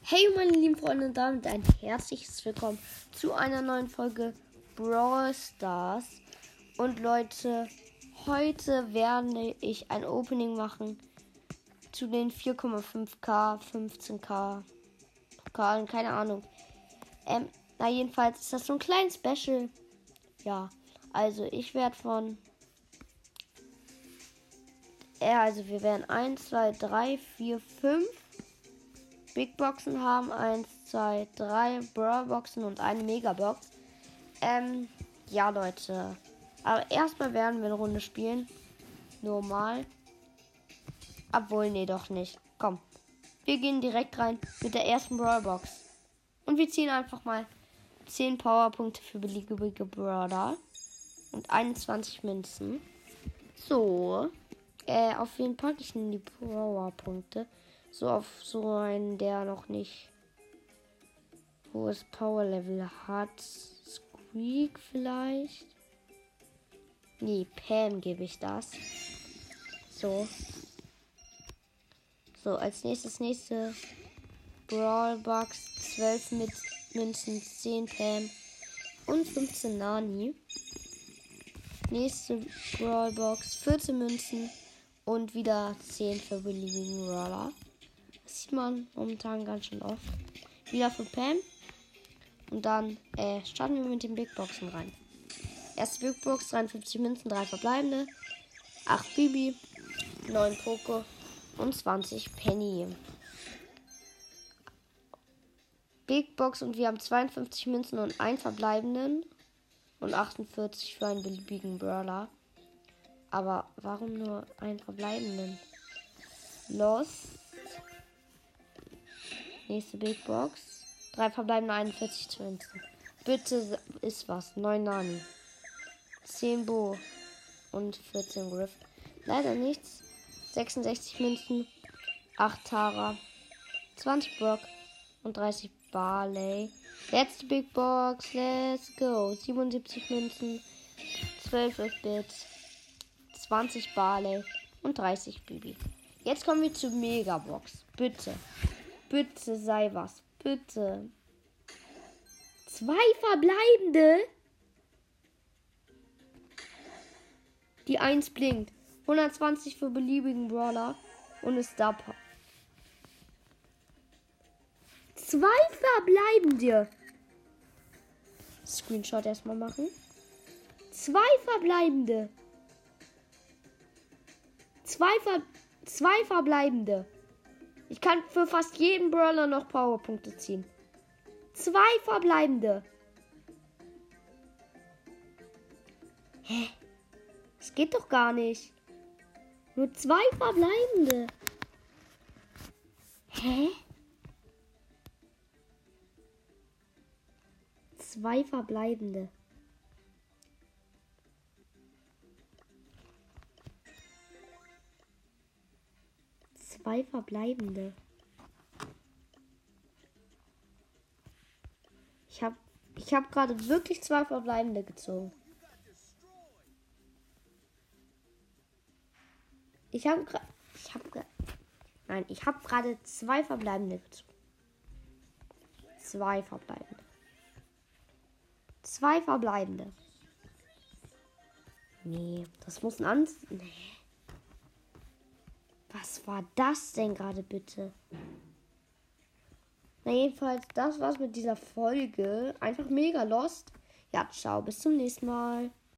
Hey meine lieben Freunde und damit ein herzliches Willkommen zu einer neuen Folge Brawl Stars. Und Leute, heute werde ich ein Opening machen zu den 4,5k, 15k, Pokalen, keine Ahnung. Jedenfalls ist das so ein kleines Special. Ja, also ich werde wir werden 1, 2, 3, 4, 5 Big Boxen haben. 1, 2, 3 Brawl Boxen und eine Megabox. Ja Leute. Aber erstmal werden wir eine Runde spielen. Normal. Obwohl, nee, doch nicht. Komm. Wir gehen direkt rein mit der ersten Brawl Box. Und wir ziehen einfach mal 10 Powerpunkte für beliebige Brawler. Und 21 Münzen. So. Auf wen packe ich denn die Powerpunkte? So auf so einen, der noch nicht hohes Power-Level hat. Squeak vielleicht? Nee, Pam gebe ich das. So. So, als nächste Brawlbox. 12 mit Münzen, 10 Pam und 15 Nani. Nächste Brawlbox, 14 Münzen und wieder 10 für beliebigen Brawler. Das sieht man momentan ganz schön oft. Wieder für Pam. Und dann starten wir mit den Big Boxen rein. Erste Big Box, 53 Münzen, 3 verbleibende, 8 Bibi, 9 Poco und 20 Penny. Big Box und wir haben 52 Münzen und 1 verbleibenden und 48 für einen beliebigen Brawler. Aber warum nur einen verbleibenden? Los. Nächste Big Box. 3 verbleibende, 41 Münzen. Bitte ist was. 9 Nani. 10 Bo. Und 14 Griff. Leider nichts. 66 Münzen. 8 Tara. 20 Brock. Und 30 Barley. Letzte Big Box. Let's go. 77 Münzen. 12 Bits. 20 Barley. Und 30 Bibi. Jetzt kommen wir zur Megabox. Bitte. Bitte sei was. Bitte. 2 verbleibende. Die 1 blinkt. 120 für beliebigen Brawler. Und ist da. 2 verbleibende. Screenshot erstmal machen. 2 verbleibende. 2 verbleibende. Ich kann für fast jeden Brawler noch Powerpunkte ziehen. 2 verbleibende. Hä? Das geht doch gar nicht. Nur 2 verbleibende. Hä? 2 verbleibende. Zwei verbleibende. Ich hab gerade wirklich 2 verbleibende gezogen. Ich habe gerade 2 verbleibende gezogen. 2 verbleibende. 2 verbleibende. Nee, das muss ein Nee. Was war das denn gerade bitte? Na jedenfalls, das war's mit dieser Folge. Einfach mega lost. Ja, ciao, bis zum nächsten Mal.